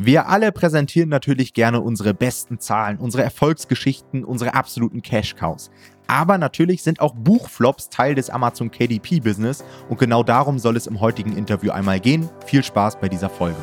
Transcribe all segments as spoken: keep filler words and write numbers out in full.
Wir alle präsentieren natürlich gerne unsere besten Zahlen, unsere Erfolgsgeschichten, unsere absoluten Cash-Cows. Aber natürlich sind auch Buchflops Teil des Amazon K D P-Business und genau darum soll es im heutigen Interview einmal gehen. Viel Spaß bei dieser Folge.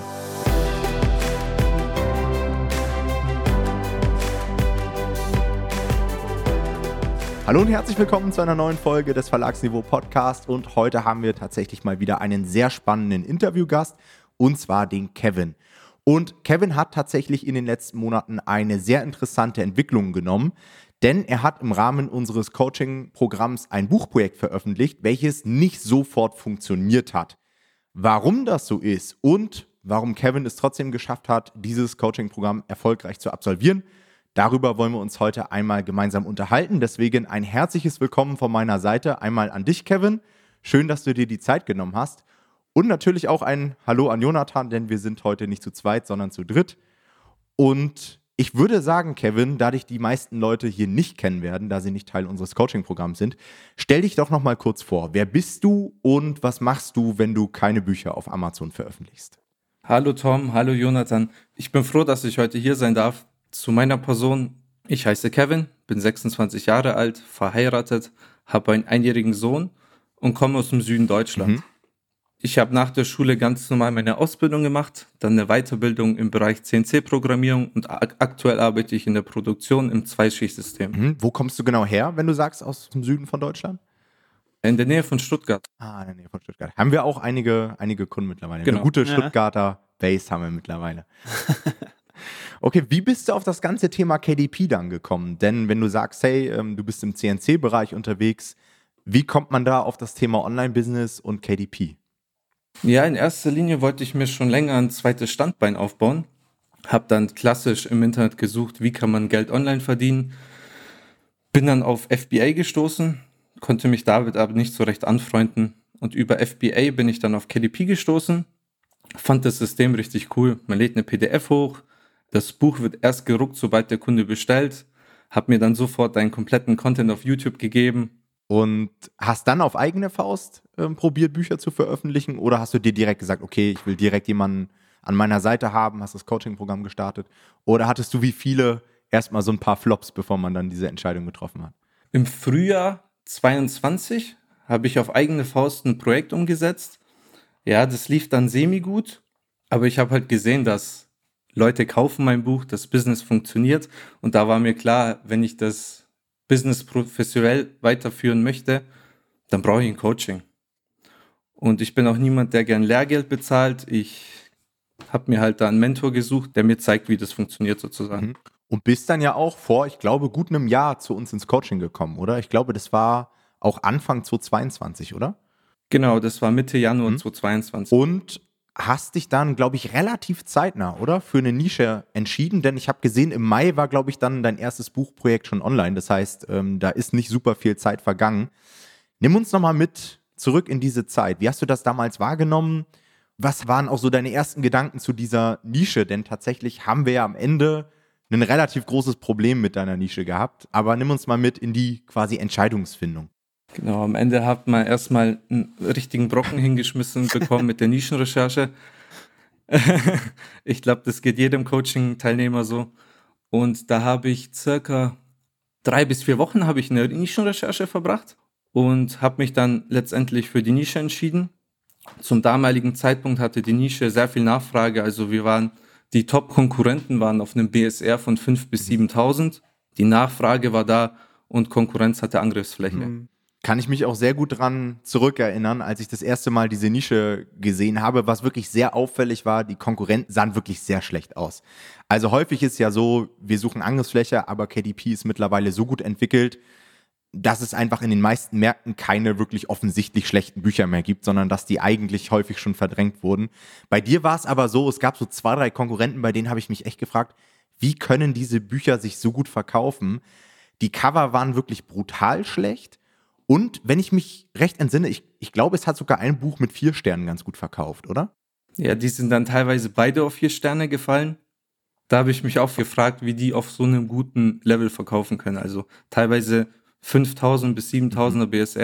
Hallo und herzlich willkommen zu einer neuen Folge des Verlagsniveau Podcast und heute haben wir tatsächlich mal wieder einen sehr spannenden Interviewgast und zwar den Kevin. Und Kevin hat tatsächlich in den letzten Monaten eine sehr interessante Entwicklung genommen, denn er hat im Rahmen unseres Coaching-Programms ein Buchprojekt veröffentlicht, welches nicht sofort funktioniert hat. Warum das so ist und warum Kevin es trotzdem geschafft hat, dieses Coaching-Programm erfolgreich zu absolvieren, darüber wollen wir uns heute einmal gemeinsam unterhalten. Deswegen ein herzliches Willkommen von meiner Seite einmal an dich, Kevin. Schön, dass du dir die Zeit genommen hast. Und natürlich auch ein Hallo an Jonathan, denn wir sind heute nicht zu zweit, sondern zu dritt. Und ich würde sagen, Kevin, da dich die meisten Leute hier nicht kennen werden, da sie nicht Teil unseres Coaching-Programms sind, stell dich doch noch mal kurz vor. Wer bist du und was machst du, wenn du keine Bücher auf Amazon veröffentlichst? Hallo Tom, hallo Jonathan. Ich bin froh, dass ich heute hier sein darf. Zu meiner Person: Ich heiße Kevin, bin sechsundzwanzig Jahre alt, verheiratet, habe einen einjährigen Sohn und komme aus dem Süden Deutschland. Mhm. Ich habe nach der Schule ganz normal meine Ausbildung gemacht, dann eine Weiterbildung im Bereich C N C-Programmierung und ak- aktuell arbeite ich in der Produktion im Zweischichtsystem. Mhm. Wo kommst du genau her, wenn du sagst, aus dem Süden von Deutschland? In der Nähe von Stuttgart. Ah, in der Nähe von Stuttgart. Haben wir auch einige, einige Kunden mittlerweile. Genau. Eine gute Ja. Stuttgarter Base haben wir mittlerweile. Okay, wie bist du auf das ganze Thema K D P dann gekommen? Denn wenn du sagst, hey, ähm, du bist im C N C-Bereich unterwegs, wie kommt man da auf das Thema Online-Business und K D P? Ja, in erster Linie wollte ich mir schon länger ein zweites Standbein aufbauen. Habe dann klassisch im Internet gesucht, wie kann man Geld online verdienen. Bin dann auf F B A gestoßen, konnte mich damit aber nicht so recht anfreunden. Und über F B A bin ich dann auf K D P gestoßen, fand das System richtig cool. Man lädt eine P D F hoch, das Buch wird erst gedruckt, sobald der Kunde bestellt. Habe mir dann sofort einen kompletten Content auf YouTube gegeben. Und hast dann auf eigene Faust ähm, probiert, Bücher zu veröffentlichen? Oder hast du dir direkt gesagt, okay, ich will direkt jemanden an meiner Seite haben, hast das Coaching-Programm gestartet? Oder hattest du wie viele erstmal so ein paar Flops, bevor man dann diese Entscheidung getroffen hat? Im Frühjahr zweiundzwanzig habe ich auf eigene Faust ein Projekt umgesetzt. Ja, das lief dann semi-gut, aber ich habe halt gesehen, dass Leute kaufen mein Buch, das Business funktioniert und da war mir klar, wenn ich das Business professionell weiterführen möchte, dann brauche ich ein Coaching. Und ich bin auch niemand, der gern Lehrgeld bezahlt. Ich habe mir halt da einen Mentor gesucht, der mir zeigt, wie das funktioniert sozusagen. Mhm. Und bist dann ja auch vor, ich glaube, gut einem Jahr zu uns ins Coaching gekommen, oder? Ich glaube, das war auch Anfang zweitausendzweiundzwanzig, oder? Genau, das war Mitte Januar Mhm. zweitausendzweiundzwanzig. Und hast dich dann, glaube ich, relativ zeitnah, oder? Für eine Nische entschieden, denn ich habe gesehen, im Mai war, glaube ich, dann dein erstes Buchprojekt schon online. Das heißt, ähm, da ist nicht super viel Zeit vergangen. Nimm uns nochmal mit zurück in diese Zeit. Wie hast du das damals wahrgenommen? Was waren auch so deine ersten Gedanken zu dieser Nische? Denn tatsächlich haben wir ja am Ende ein relativ großes Problem mit deiner Nische gehabt. Aber nimm uns mal mit in die quasi Entscheidungsfindung. Genau, am Ende hat man erstmal einen richtigen Brocken hingeschmissen bekommen mit der Nischenrecherche. Ich glaube, das geht jedem Coaching-Teilnehmer so. Und da habe ich circa drei bis vier Wochen habe ich eine Nischenrecherche verbracht und habe mich dann letztendlich für die Nische entschieden. Zum damaligen Zeitpunkt hatte die Nische sehr viel Nachfrage. Also wir waren, die Top-Konkurrenten waren auf einem B S R von fünftausend bis siebentausend. Die Nachfrage war da und Konkurrenz hatte Angriffsfläche. Mhm. Kann ich mich auch sehr gut dran zurückerinnern, als ich das erste Mal diese Nische gesehen habe, was wirklich sehr auffällig war, die Konkurrenten sahen wirklich sehr schlecht aus. Also häufig ist ja so, wir suchen Angriffsfläche, aber K D P ist mittlerweile so gut entwickelt, dass es einfach in den meisten Märkten keine wirklich offensichtlich schlechten Bücher mehr gibt, sondern dass die eigentlich häufig schon verdrängt wurden. Bei dir war es aber so, es gab so zwei, drei Konkurrenten, bei denen habe ich mich echt gefragt, wie können diese Bücher sich so gut verkaufen? Die Cover waren wirklich brutal schlecht. Und wenn ich mich recht entsinne, ich, ich glaube, es hat sogar ein Buch mit vier Sternen ganz gut verkauft, oder? Ja, die sind dann teilweise beide auf vier Sterne gefallen. Da habe ich mich auch gefragt, wie die auf so einem guten Level verkaufen können. Also teilweise fünftausend bis siebentausender B S R.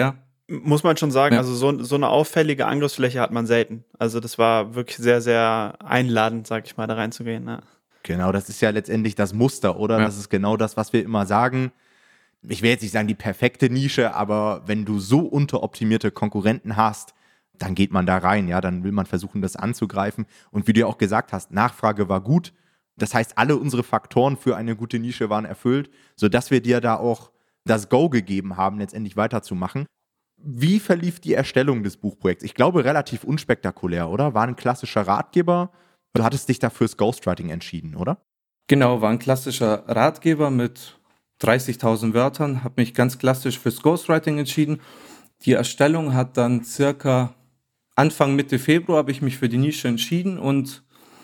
Muss man schon sagen, Ja. also so, so eine auffällige Angriffsfläche hat man selten. Also das war wirklich sehr, sehr einladend, sag ich mal, da reinzugehen. Ja. Genau, das ist ja letztendlich das Muster, oder? Ja. Das ist genau das, was wir immer sagen. Ich will jetzt nicht sagen die perfekte Nische, aber wenn du so unteroptimierte Konkurrenten hast, dann geht man da rein, ja, dann will man versuchen, das anzugreifen. Und wie du ja auch gesagt hast, Nachfrage war gut. Das heißt, alle unsere Faktoren für eine gute Nische waren erfüllt, sodass wir dir da auch das Go gegeben haben, letztendlich weiterzumachen. Wie verlief die Erstellung des Buchprojekts? Ich glaube, relativ unspektakulär, oder? War ein klassischer Ratgeber. Du hattest dich da fürs Ghostwriting entschieden, oder? Genau, war ein klassischer Ratgeber mit dreißigtausend Wörtern, habe mich ganz klassisch fürs Ghostwriting entschieden. Die Erstellung hat dann circa Anfang, Mitte Februar habe ich mich für die Nische entschieden und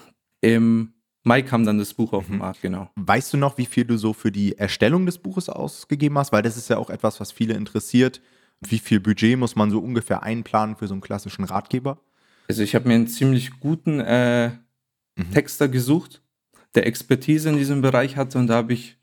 im Mai kam dann das Buch auf den Markt, genau. Weißt du noch, wie viel du so für die Erstellung des Buches ausgegeben hast? Weil das ist ja auch etwas, was viele interessiert. Wie viel Budget muss man so ungefähr einplanen für so einen klassischen Ratgeber? Also ich habe mir einen ziemlich guten äh, Mhm. Texter gesucht, der Expertise in diesem Bereich hatte und da habe ich,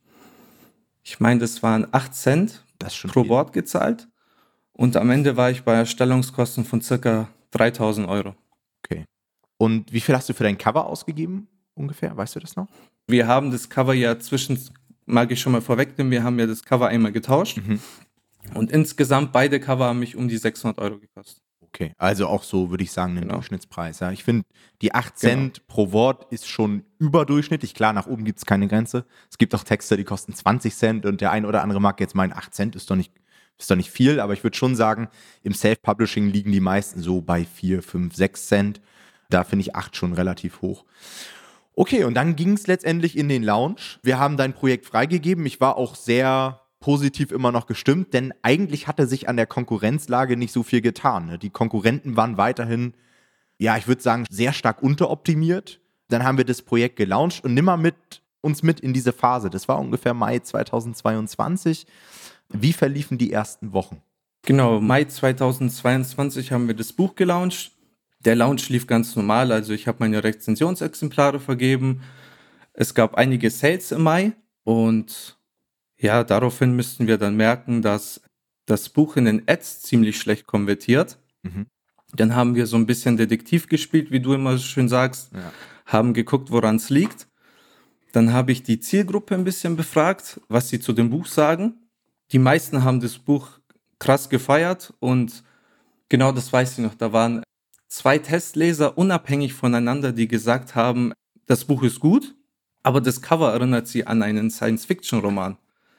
ich meine, das waren acht Cent Das ist schon pro viel. Wort gezahlt und am Ende war ich bei Erstellungskosten von circa dreitausend Euro. Okay. Und wie viel hast du für dein Cover ausgegeben ungefähr? Weißt du das noch? Wir haben das Cover ja zwischen, mag ich schon mal vorwegnehmen, wir haben ja das Cover einmal getauscht Mhm. und insgesamt beide Cover haben mich um die sechshundert Euro gekostet. Okay, also auch so, würde ich sagen, ein Genau. Durchschnittspreis. Ja. Ich finde, die acht Cent pro Wort ist schon überdurchschnittlich. Klar, nach oben gibt es keine Grenze. Es gibt auch Texte, die kosten zwanzig Cent und der ein oder andere mag jetzt meinen, acht Cent ist doch nicht, ist doch nicht viel, aber ich würde schon sagen, im Self-Publishing liegen die meisten so bei vier, fünf, sechs Cent. Da finde ich acht schon relativ hoch. Okay, und dann ging es letztendlich in den Launch. Wir haben dein Projekt freigegeben. Ich war auch sehr positiv immer noch gestimmt, denn eigentlich hatte sich an der Konkurrenzlage nicht so viel getan. Ne? Die Konkurrenten waren weiterhin, ja, ich würde sagen, sehr stark unteroptimiert. Dann haben wir das Projekt gelauncht und nimm mal mit uns mit in diese Phase. Das war ungefähr Mai zweitausendzweiundzwanzig. Wie verliefen die ersten Wochen? Genau, Mai zweitausendzweiundzwanzig haben wir das Buch gelauncht. Der Launch lief ganz normal, also ich habe meine Rezensionsexemplare vergeben. Es gab einige Sales im Mai und ja, daraufhin müssten wir dann merken, dass das Buch in den Ads ziemlich schlecht konvertiert. Mhm. Dann haben wir so ein bisschen Detektiv gespielt, wie du immer so schön sagst, Ja. haben geguckt, woran es liegt. Dann habe ich die Zielgruppe ein bisschen befragt, was sie zu dem Buch sagen. Die meisten haben das Buch krass gefeiert und genau das weiß ich noch, da waren zwei Testleser unabhängig voneinander, die gesagt haben, das Buch ist gut, aber das Cover erinnert sie an einen Science-Fiction-Roman.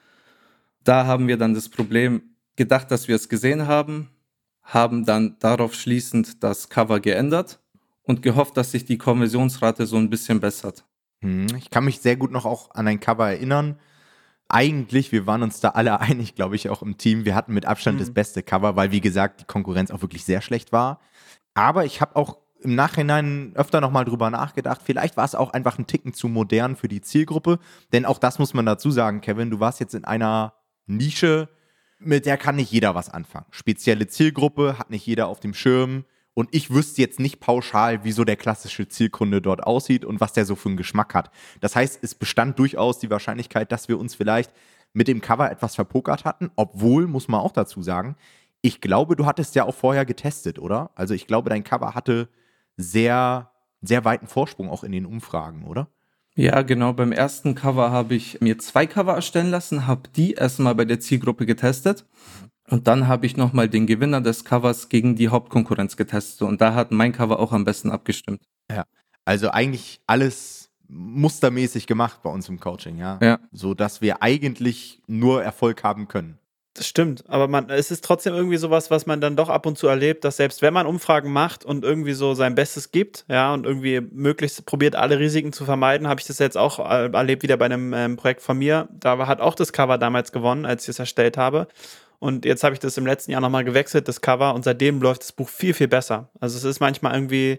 Da haben wir dann das Problem gedacht, dass wir es gesehen haben, haben dann darauf schließend das Cover geändert und gehofft, dass sich die Konversionsrate so ein bisschen bessert. Hm, Ich kann mich sehr gut noch auch an ein Cover erinnern. Eigentlich, wir waren uns da alle einig, glaube ich, auch im Team. Wir hatten mit Abstand Mhm. das beste Cover, weil, wie gesagt, die Konkurrenz auch wirklich sehr schlecht war. Aber ich habe auch im Nachhinein öfter nochmal drüber nachgedacht. Vielleicht war es auch einfach ein Ticken zu modern für die Zielgruppe. Denn auch das muss man dazu sagen, Kevin, du warst jetzt in einer Nische, mit der kann nicht jeder was anfangen. Spezielle Zielgruppe, hat nicht jeder auf dem Schirm. Und ich wüsste jetzt nicht pauschal, wie so der klassische Zielkunde dort aussieht und was der so für einen Geschmack hat. Das heißt, es bestand durchaus die Wahrscheinlichkeit, dass wir uns vielleicht mit dem Cover etwas verpokert hatten. Obwohl, muss man auch dazu sagen, ich glaube, du hattest ja auch vorher getestet, oder? Also ich glaube, dein Cover hatte sehr, sehr weiten Vorsprung auch in den Umfragen, oder? Ja, genau. Beim ersten Cover habe ich mir zwei Cover erstellen lassen, habe die erstmal bei der Zielgruppe getestet und dann habe ich nochmal den Gewinner des Covers gegen die Hauptkonkurrenz getestet und da hat mein Cover auch am besten abgestimmt. Also eigentlich alles mustermäßig gemacht bei uns im Coaching, ja. Ja. So dass wir eigentlich nur Erfolg haben können. Das stimmt, aber man, es ist trotzdem irgendwie sowas, was man dann doch ab und zu erlebt, dass selbst wenn man Umfragen macht und irgendwie so sein Bestes gibt, ja, und irgendwie möglichst probiert, alle Risiken zu vermeiden, habe ich das jetzt auch äh, erlebt, wieder bei einem ähm, Projekt von mir. Da war- hat auch das Cover damals gewonnen, als ich es erstellt habe. Und jetzt habe ich das im letzten Jahr nochmal gewechselt, das Cover, und seitdem läuft das Buch viel, viel besser. Also es ist manchmal irgendwie,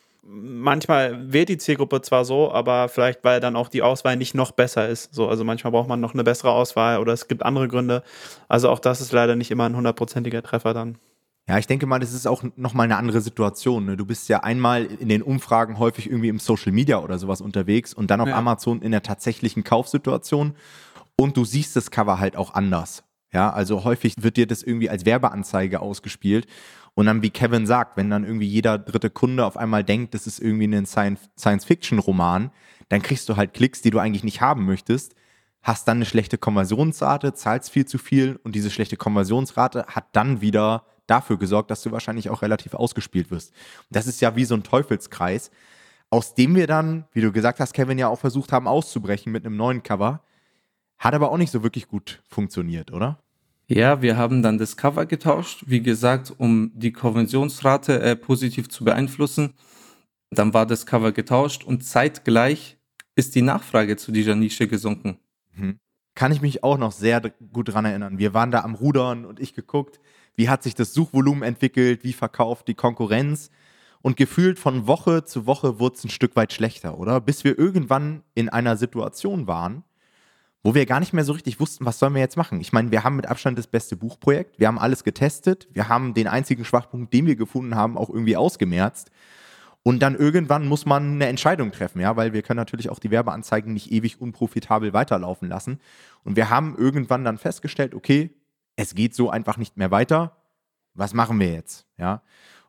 manchmal wählt die Zielgruppe zwar so, aber vielleicht, weil dann auch die Auswahl nicht noch besser ist. So, also manchmal braucht man noch eine bessere Auswahl oder es gibt andere Gründe. Also auch das ist leider nicht immer ein hundertprozentiger Treffer dann. Ja, ich denke mal, das ist auch nochmal eine andere Situation. Ne? Du bist ja einmal in den Umfragen häufig irgendwie im Social Media oder sowas unterwegs und dann auf Ja. Amazon in der tatsächlichen Kaufsituation und du siehst das Cover halt auch anders. Ja, also häufig wird dir das irgendwie als Werbeanzeige ausgespielt. Und dann, wie Kevin sagt, wenn dann irgendwie jeder dritte Kunde auf einmal denkt, das ist irgendwie ein Science-Fiction-Roman, dann kriegst du halt Klicks, die du eigentlich nicht haben möchtest, hast dann eine schlechte Konversionsrate, zahlst viel zu viel und diese schlechte Konversionsrate hat dann wieder dafür gesorgt, dass du wahrscheinlich auch relativ ausgespielt wirst. Und das ist ja wie so ein Teufelskreis, aus dem wir dann, wie du gesagt hast, Kevin, ja auch versucht haben auszubrechen mit einem neuen Cover. Hat aber auch nicht so wirklich gut funktioniert, oder? Ja, wir haben dann das Cover getauscht, wie gesagt, um die Konversionsrate äh, positiv zu beeinflussen. Dann war das Cover getauscht und zeitgleich ist die Nachfrage zu dieser Nische gesunken. Mhm. Kann ich mich auch noch sehr d- gut dran erinnern. Wir waren da am Rudern und ich geguckt, wie hat sich das Suchvolumen entwickelt, wie verkauft die Konkurrenz. Und gefühlt von Woche zu Woche wurde es ein Stück weit schlechter, oder? Bis wir irgendwann in einer Situation waren, wo wir gar nicht mehr so richtig wussten, was sollen wir jetzt machen. Ich meine, wir haben mit Abstand das beste Buchprojekt, wir haben alles getestet, wir haben den einzigen Schwachpunkt, den wir gefunden haben, auch irgendwie ausgemerzt. Und dann irgendwann muss man eine Entscheidung treffen, ja, weil wir können natürlich auch die Werbeanzeigen nicht ewig unprofitabel weiterlaufen lassen. Und wir haben irgendwann dann festgestellt, okay, es geht so einfach nicht mehr weiter. Was machen wir jetzt, ja?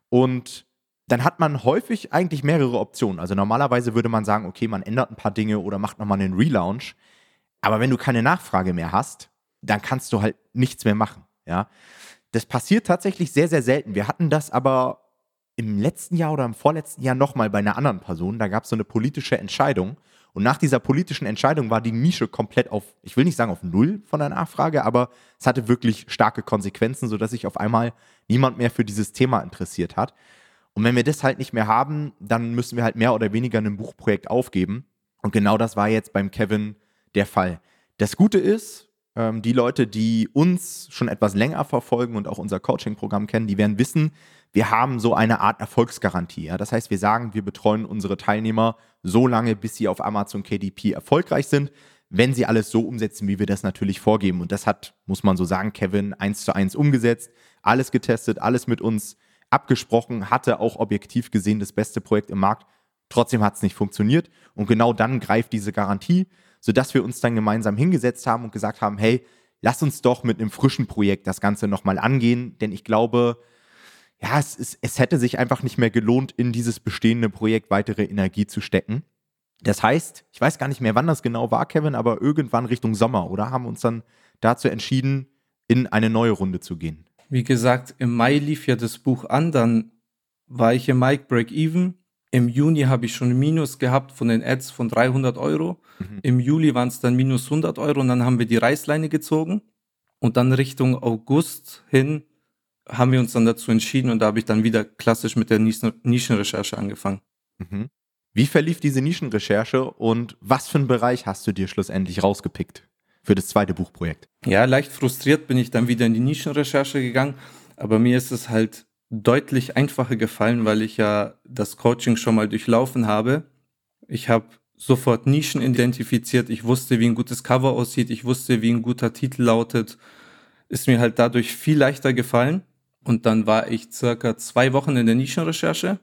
Und dann hat man häufig eigentlich mehrere Optionen. Also normalerweise würde man sagen, okay, man ändert ein paar Dinge oder macht nochmal einen Relaunch. Aber wenn du keine Nachfrage mehr hast, dann kannst du halt nichts mehr machen, ja. Das passiert tatsächlich sehr, sehr selten. Wir hatten das aber im letzten Jahr oder im vorletzten Jahr nochmal bei einer anderen Person. Da gab es so eine politische Entscheidung. Und nach dieser politischen Entscheidung war die Nische komplett auf, ich will nicht sagen auf Null von der Nachfrage, aber es hatte wirklich starke Konsequenzen, sodass sich auf einmal niemand mehr für dieses Thema interessiert hat. Und wenn wir das halt nicht mehr haben, dann müssen wir halt mehr oder weniger ein Buchprojekt aufgeben. Und genau das war jetzt beim Kevin der Fall. Das Gute ist, ähm, die Leute, die uns schon etwas länger verfolgen und auch unser Coaching-Programm kennen, die werden wissen, wir haben so eine Art Erfolgsgarantie. Ja? Das heißt, wir sagen, wir betreuen unsere Teilnehmer so lange, bis sie auf Amazon K D P erfolgreich sind, wenn sie alles so umsetzen, wie wir das natürlich vorgeben. Und das hat, muss man so sagen, Kevin eins zu eins umgesetzt, alles getestet, alles mit uns abgesprochen, hatte auch objektiv gesehen das beste Projekt im Markt. Trotzdem hat es nicht funktioniert. Und genau dann greift diese Garantie, sodass wir uns dann gemeinsam hingesetzt haben und gesagt haben, hey, lass uns doch mit einem frischen Projekt das Ganze nochmal angehen, denn ich glaube, ja, es, ist, es hätte sich einfach nicht mehr gelohnt, in dieses bestehende Projekt weitere Energie zu stecken. Das heißt, ich weiß gar nicht mehr, wann das genau war, Kevin, aber irgendwann Richtung Sommer, oder? Haben wir uns dann dazu entschieden, in eine neue Runde zu gehen. Wie gesagt, im Mai lief ja das Buch an, dann war ich im Mai Break-Even. Im Juni habe ich schon ein Minus gehabt von den Ads von dreihundert Euro. Mhm. Im Juli waren es dann minus hundert Euro und dann haben wir die Reißleine gezogen. Und dann Richtung August hin haben wir uns dann dazu entschieden und da habe ich dann wieder klassisch mit der Nischenrecherche angefangen. Mhm. Wie verlief diese Nischenrecherche und was für einen Bereich hast du dir schlussendlich rausgepickt für das zweite Buchprojekt? Ja, leicht frustriert bin ich dann wieder in die Nischenrecherche gegangen, aber mir ist es halt deutlich einfacher gefallen, weil ich ja das Coaching schon mal durchlaufen habe. Ich habe sofort Nischen identifiziert, ich wusste, wie ein gutes Cover aussieht, ich wusste, wie ein guter Titel lautet. Ist mir halt dadurch viel leichter gefallen. Und dann war ich circa zwei Wochen in der Nischenrecherche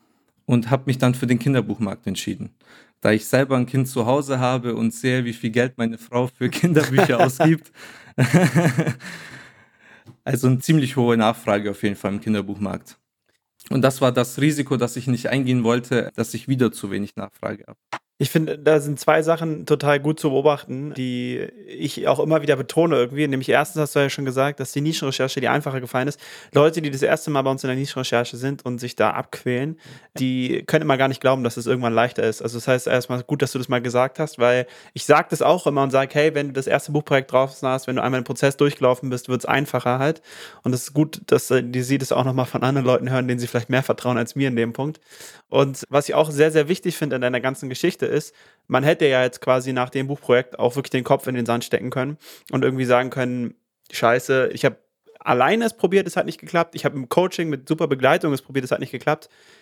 und habe mich dann für den Kinderbuchmarkt entschieden. Da ich selber ein Kind zu Hause habe und sehe, wie viel Geld meine Frau für Kinderbücher ausgibt. Also eine ziemlich hohe Nachfrage auf jeden Fall im Kinderbuchmarkt. Und das war das Risiko, das ich nicht eingehen wollte, dass ich wieder zu wenig Nachfrage habe. Ich finde, da sind zwei Sachen total gut zu beobachten, die ich auch immer wieder betone irgendwie. Nämlich erstens hast du ja schon gesagt, dass die Nischenrecherche dir einfacher gefallen ist. Leute, die das erste Mal bei uns in der Nischenrecherche sind und sich da abquälen, die können immer gar nicht glauben, dass es irgendwann leichter ist. Also das heißt erstmal gut, dass du das mal gesagt hast, weil ich sage das auch immer und sage, hey, wenn du das erste Buchprojekt draußen hast, wenn du einmal den Prozess durchgelaufen bist, wird es einfacher halt. Und es ist gut, dass die sie das auch nochmal von anderen Leuten hören, denen sie vielleicht mehr vertrauen als mir in dem Punkt. Und was ich auch sehr, sehr wichtig finde in deiner ganzen Geschichte ist, man hätte ja jetzt quasi nach dem Buchprojekt auch wirklich den Kopf in den Sand stecken können und irgendwie sagen können, scheiße, ich habe alleine es probiert, es hat nicht geklappt, ich habe im Coaching mit super Begleitung es probiert, es hat nicht geklappt.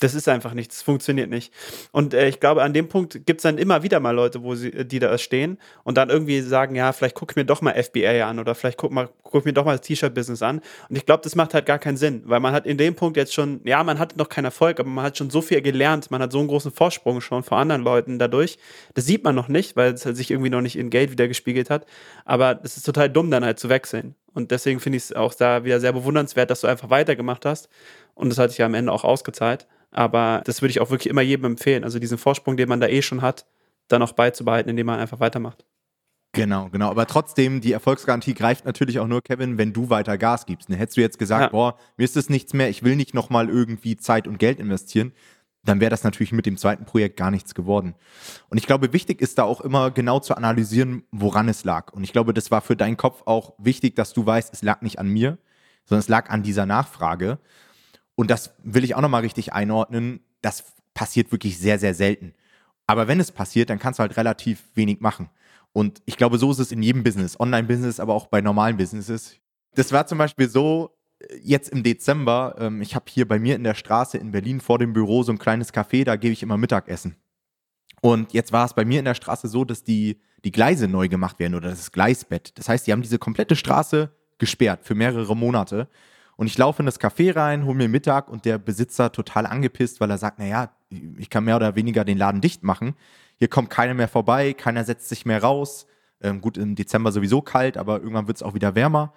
Das ist einfach nicht, das funktioniert nicht. Und äh, ich glaube, an dem Punkt gibt es dann immer wieder mal Leute, wo sie, die da stehen und dann irgendwie sagen, ja, vielleicht gucke ich mir doch mal F B A an oder vielleicht guck, mal, guck ich mir doch mal das T-Shirt-Business an. Und ich glaube, das macht halt gar keinen Sinn, weil man hat in dem Punkt jetzt schon, ja, man hat noch keinen Erfolg, aber man hat schon so viel gelernt, man hat so einen großen Vorsprung schon vor anderen Leuten dadurch. Das sieht man noch nicht, weil es halt sich irgendwie noch nicht in Geld wieder gespiegelt hat. Aber es ist total dumm, dann halt zu wechseln. Und deswegen finde ich es auch da wieder sehr bewundernswert, dass du einfach weitergemacht hast. Und das hat sich ja am Ende auch ausgezahlt. Aber das würde ich auch wirklich immer jedem empfehlen. Also diesen Vorsprung, den man da eh schon hat, dann auch beizubehalten, indem man einfach weitermacht. Genau, genau. Aber trotzdem, die Erfolgsgarantie greift natürlich auch nur, Kevin, wenn du weiter Gas gibst. Ne? Hättest du jetzt gesagt, ja. boah, mir ist das nichts mehr, ich will nicht nochmal irgendwie Zeit und Geld investieren, dann wäre das natürlich mit dem zweiten Projekt gar nichts geworden. Und ich glaube, wichtig ist da auch immer genau zu analysieren, woran es lag. Und ich glaube, das war für deinen Kopf auch wichtig, dass du weißt, es lag nicht an mir, sondern es lag an dieser Nachfrage. Und das will ich auch nochmal richtig einordnen, das passiert wirklich sehr, sehr selten. Aber wenn es passiert, dann kannst du halt relativ wenig machen. Und ich glaube, so ist es in jedem Business, Online-Business, aber auch bei normalen Businesses. Das war zum Beispiel so, jetzt im Dezember, ähm, ich habe hier bei mir in der Straße in Berlin vor dem Büro so ein kleines Café, da gebe ich immer Mittagessen. Und jetzt war es bei mir in der Straße so, dass die, die Gleise neu gemacht werden oder das Gleisbett. Das heißt, die haben diese komplette Straße gesperrt für mehrere Monate. Und ich laufe in das Café rein, hole mir Mittag und der Besitzer total angepisst, weil er sagt, naja, ich kann mehr oder weniger den Laden dicht machen. Hier kommt keiner mehr vorbei, keiner setzt sich mehr raus. Ähm, gut, im Dezember sowieso kalt, aber irgendwann wird es auch wieder wärmer.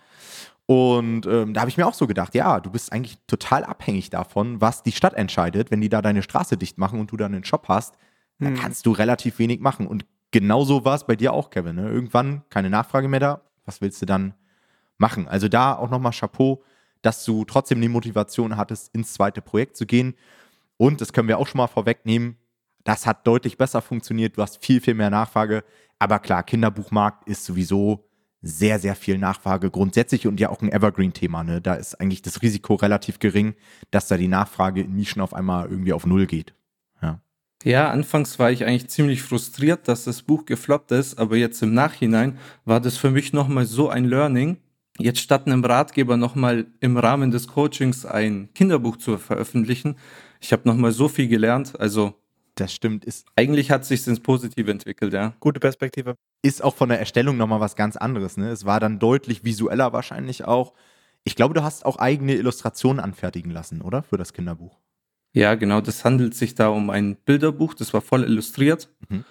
Und ähm, da habe ich mir auch so gedacht, ja, du bist eigentlich total abhängig davon, was die Stadt entscheidet. Wenn die da deine Straße dicht machen und du dann einen Shop hast, dann hm. kannst du relativ wenig machen. Und genauso war es bei dir auch, Kevin. Ne? Irgendwann keine Nachfrage mehr da. Was willst du dann machen? Also da auch nochmal Chapeau, dass du trotzdem die Motivation hattest, ins zweite Projekt zu gehen. Und, das können wir auch schon mal vorwegnehmen, das hat deutlich besser funktioniert. Du hast viel, viel mehr Nachfrage. Aber klar, Kinderbuchmarkt ist sowieso sehr, sehr viel Nachfrage grundsätzlich und ja auch ein Evergreen-Thema. Ne? Da ist eigentlich das Risiko relativ gering, dass da die Nachfrage in Nischen auf einmal irgendwie auf Null geht. Ja. Ja, anfangs war ich eigentlich ziemlich frustriert, dass das Buch gefloppt ist. Aber jetzt im Nachhinein war das für mich nochmal so ein Learning, jetzt statt einem Ratgeber nochmal im Rahmen des Coachings ein Kinderbuch zu veröffentlichen. Ich habe nochmal so viel gelernt, also das stimmt. Ist eigentlich hat es sich ins Positive entwickelt, ja. Gute Perspektive. Ist auch von der Erstellung nochmal was ganz anderes, ne? Es war dann deutlich visueller wahrscheinlich auch. Ich glaube, du hast auch eigene Illustrationen anfertigen lassen, oder? Für das Kinderbuch. Ja, genau. Das handelt sich da um ein Bilderbuch, das war voll illustriert. Mhm.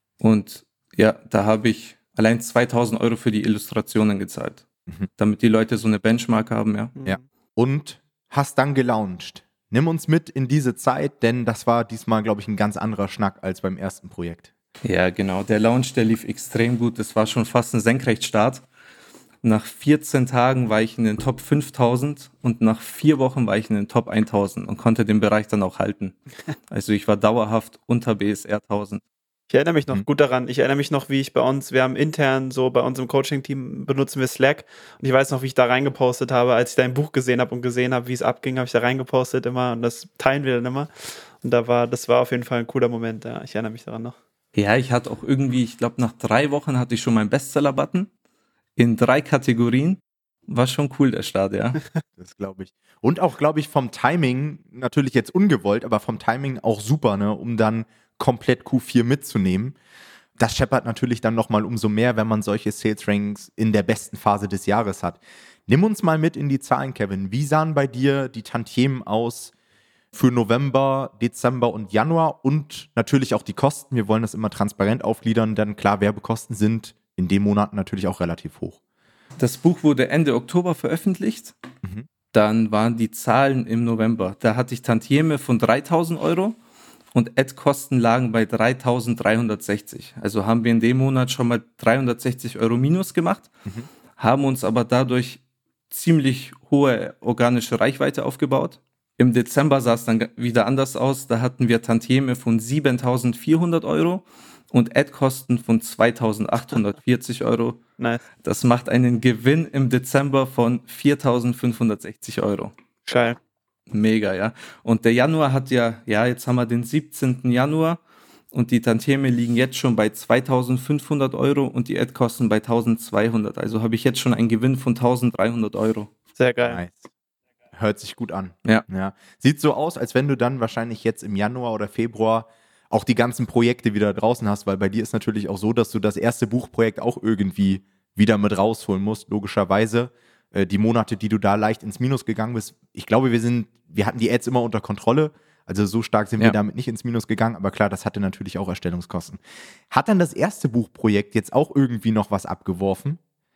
Und ja, da habe ich allein zweitausend Euro für die Illustrationen gezahlt. Mhm. Damit die Leute so eine Benchmark haben, ja. Ja. Und hast dann gelauncht. Nimm uns mit in diese Zeit, denn das war diesmal, glaube ich, ein ganz anderer Schnack als beim ersten Projekt. Ja, genau. Der Launch, der lief extrem gut. Das war schon fast ein Senkrechtstart. Nach vierzehn Tagen war ich in den Top fünftausend und nach vier Wochen war ich in den Top eintausend und konnte den Bereich dann auch halten. Also ich war dauerhaft unter B S R tausend. Ich erinnere mich noch mhm. gut daran. Ich erinnere mich noch, wie ich bei uns, wir haben intern so bei uns im Coaching-Team benutzen wir Slack und ich weiß noch, wie ich da reingepostet habe, als ich dein Buch gesehen habe und gesehen habe, wie es abging, habe ich da reingepostet immer und das teilen wir dann immer. Und da war, das war auf jeden Fall ein cooler Moment, ja. Ich erinnere mich daran noch. Ja, ich hatte auch irgendwie, ich glaube nach drei Wochen hatte ich schon meinen Bestseller-Button in drei Kategorien. War schon cool, der Start, ja. Das glaube ich. Und auch, glaube ich, vom Timing, natürlich jetzt ungewollt, aber vom Timing auch super, ne, um dann komplett Q vier mitzunehmen. Das scheppert natürlich dann nochmal umso mehr, wenn man solche Sales-Ranks in der besten Phase des Jahres hat. Nimm uns mal mit in die Zahlen, Kevin. Wie sahen bei dir die Tantiemen aus für November, Dezember und Januar und natürlich auch die Kosten? Wir wollen das immer transparent aufgliedern, denn klar, Werbekosten sind in den Monaten natürlich auch relativ hoch. Das Buch wurde Ende Oktober veröffentlicht. Mhm. Dann waren die Zahlen im November. Da hatte ich Tantieme von dreitausend Euro. Und Ad-Kosten lagen bei dreitausenddreihundertsechzig. Also haben wir in dem Monat schon mal dreihundertsechzig Euro minus gemacht, mhm. haben uns aber dadurch ziemlich hohe organische Reichweite aufgebaut. Im Dezember sah es dann wieder anders aus. Da hatten wir Tantieme von siebentausendvierhundert Euro und Ad-Kosten von zweitausendachthundertvierzig Euro. Nice. Das macht einen Gewinn im Dezember von viertausendfünfhundertsechzig Euro. Geil. Mega, ja. Und der Januar hat ja, ja, jetzt haben wir den siebzehnten Januar und die Tantieme liegen jetzt schon bei zweitausendfünfhundert Euro und die Ad-Kosten bei eintausendzweihundert. Also habe ich jetzt schon einen Gewinn von eintausenddreihundert Euro. Sehr geil. Nice. Hört sich gut an. Ja. ja. Sieht so aus, als wenn du dann wahrscheinlich jetzt im Januar oder Februar auch die ganzen Projekte wieder draußen hast, weil bei dir ist natürlich auch so, dass du das erste Buchprojekt auch irgendwie wieder mit rausholen musst, logischerweise. Äh, die Monate, die du da leicht ins Minus gegangen bist, ich glaube, wir sind, wir hatten die Ads immer unter Kontrolle, also so stark sind Ja. wir damit nicht ins Minus gegangen, aber klar, das hatte natürlich auch Erstellungskosten. Hat dann das erste Buchprojekt jetzt auch irgendwie noch was abgeworfen?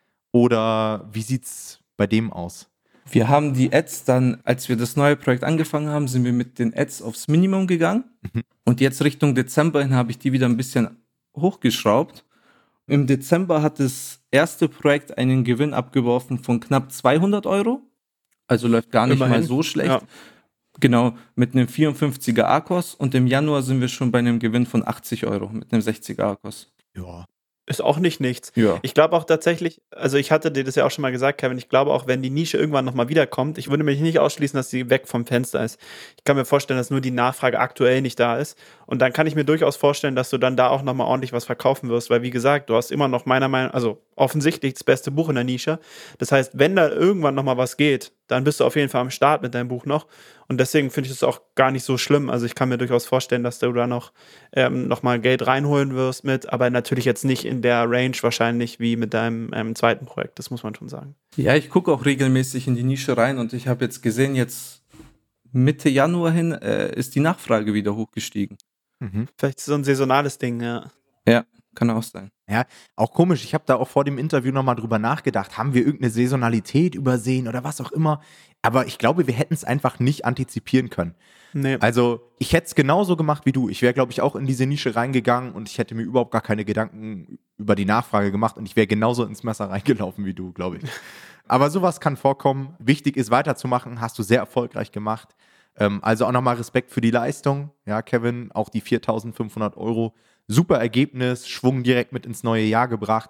Oder wie sieht's bei dem aus? Wir haben die Ads dann, als wir das neue Projekt angefangen haben, sind wir mit den Ads aufs Minimum gegangen. Mhm. Und jetzt Richtung Dezember hin habe ich die wieder ein bisschen hochgeschraubt. Im Dezember hat das erste Projekt einen Gewinn abgeworfen von knapp zweihundert Euro. Also läuft gar nicht Immerhin. mal so schlecht. Ja. Genau, mit einem vierundfünfziger A K O S. Und im Januar sind wir schon bei einem Gewinn von achtzig Euro mit einem sechziger A K O S. Ja. Ist auch nicht nichts. Ja. Ich glaube auch tatsächlich, also ich hatte dir das ja auch schon mal gesagt, Kevin, ich glaube auch, wenn die Nische irgendwann nochmal wiederkommt, ich würde mich nicht ausschließen, dass sie weg vom Fenster ist. Ich kann mir vorstellen, dass nur die Nachfrage aktuell nicht da ist. Und dann kann ich mir durchaus vorstellen, dass du dann da auch nochmal ordentlich was verkaufen wirst, weil wie gesagt, du hast immer noch meiner Meinung nach, also offensichtlich das beste Buch in der Nische. Das heißt, wenn da irgendwann nochmal was geht, dann bist du auf jeden Fall am Start mit deinem Buch noch. Und deswegen finde ich es auch gar nicht so schlimm. Also ich kann mir durchaus vorstellen, dass du da noch, ähm, noch mal Geld reinholen wirst mit, aber natürlich jetzt nicht in der Range wahrscheinlich wie mit deinem ähm, zweiten Projekt. Das muss man schon sagen. Ja, ich gucke auch regelmäßig in die Nische rein und ich habe jetzt gesehen, jetzt Mitte Januar hin äh, ist die Nachfrage wieder hochgestiegen. Mhm. Vielleicht so ein saisonales Ding, ja. Ja, kann auch sein. Ja, auch komisch. Ich habe da auch vor dem Interview nochmal drüber nachgedacht. Haben wir irgendeine Saisonalität übersehen oder was auch immer? Aber ich glaube, wir hätten es einfach nicht antizipieren können. Nee. Also, ich hätte es genauso gemacht wie du. Ich wäre, glaube ich, auch in diese Nische reingegangen und ich hätte mir überhaupt gar keine Gedanken über die Nachfrage gemacht und ich wäre genauso ins Messer reingelaufen wie du, glaube ich. Aber sowas kann vorkommen. Wichtig ist, weiterzumachen. Hast du sehr erfolgreich gemacht. Ähm, also auch nochmal Respekt für die Leistung. Ja, Kevin, auch die viertausendfünfhundert Euro. Super Ergebnis, Schwung direkt mit ins neue Jahr gebracht.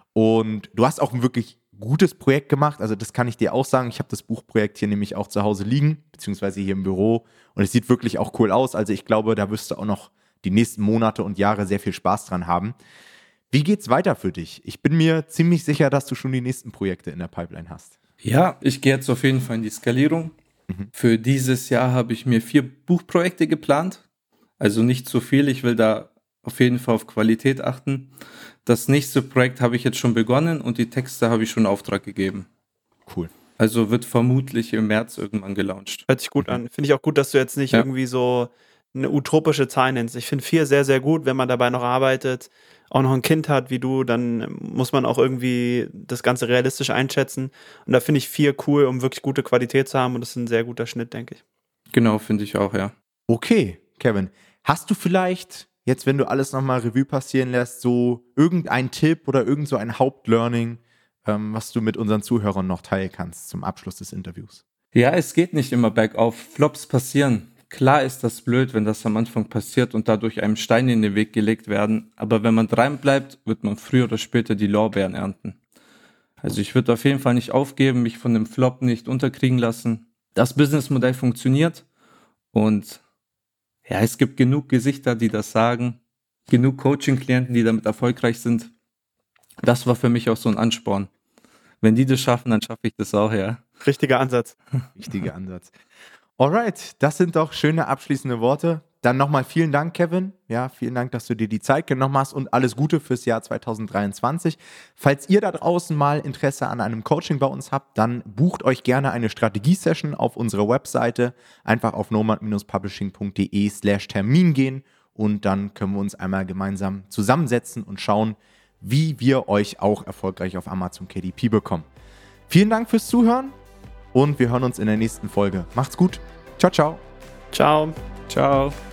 Und du hast auch ein wirklich gutes Projekt gemacht. Also das kann ich dir auch sagen. Ich habe das Buchprojekt hier nämlich auch zu Hause liegen, beziehungsweise hier im Büro. Und es sieht wirklich auch cool aus. Also ich glaube, da wirst du auch noch die nächsten Monate und Jahre sehr viel Spaß dran haben. Wie geht's weiter für dich? Ich bin mir ziemlich sicher, dass du schon die nächsten Projekte in der Pipeline hast. Ja, ich gehe jetzt auf jeden Fall in die Skalierung. Mhm. Für dieses Jahr habe ich mir vier Buchprojekte geplant. Also nicht zu viel. Ich will da auf jeden Fall auf Qualität achten. Das nächste Projekt habe ich jetzt schon begonnen und die Texte habe ich schon in Auftrag gegeben. Cool. Also wird vermutlich im März irgendwann gelauncht. Hört sich gut an. Finde ich auch gut, dass du jetzt nicht Ja. irgendwie so eine utopische Zahl nennst. Ich finde vier sehr, sehr gut, wenn man dabei noch arbeitet, auch noch ein Kind hat wie du, dann muss man auch irgendwie das Ganze realistisch einschätzen. Und da finde ich vier cool, um wirklich gute Qualität zu haben und das ist ein sehr guter Schnitt, denke ich. Genau, finde ich auch, ja. Okay, Kevin. Hast du vielleicht, jetzt wenn du alles nochmal Revue passieren lässt, so irgendein Tipp oder irgend so ein Hauptlearning, ähm, was du mit unseren Zuhörern noch teilen kannst zum Abschluss des Interviews? Ja, es geht nicht immer bergauf. Flops passieren. Klar ist das blöd, wenn das am Anfang passiert und dadurch einem Stein in den Weg gelegt werden. Aber wenn man dran bleibt, wird man früher oder später die Lorbeeren ernten. Also ich würde auf jeden Fall nicht aufgeben, mich von dem Flop nicht unterkriegen lassen. Das Businessmodell funktioniert und ja, es gibt genug Gesichter, die das sagen. Genug Coaching-Klienten, die damit erfolgreich sind. Das war für mich auch so ein Ansporn. Wenn die das schaffen, dann schaffe ich das auch, ja. Richtiger Ansatz. Richtiger Ansatz. Alright, das sind doch schöne abschließende Worte. Dann nochmal vielen Dank, Kevin. Ja, vielen Dank, dass du dir die Zeit genommen hast und alles Gute fürs Jahr zwanzig dreiundzwanzig. Falls ihr da draußen mal Interesse an einem Coaching bei uns habt, dann bucht euch gerne eine Strategie-Session auf unserer Webseite. Einfach auf nomad-publishing.de slash Termin gehen und dann können wir uns einmal gemeinsam zusammensetzen und schauen, wie wir euch auch erfolgreich auf Amazon K D P bekommen. Vielen Dank fürs Zuhören und wir hören uns in der nächsten Folge. Macht's gut. Ciao, ciao. Ciao. Ciao.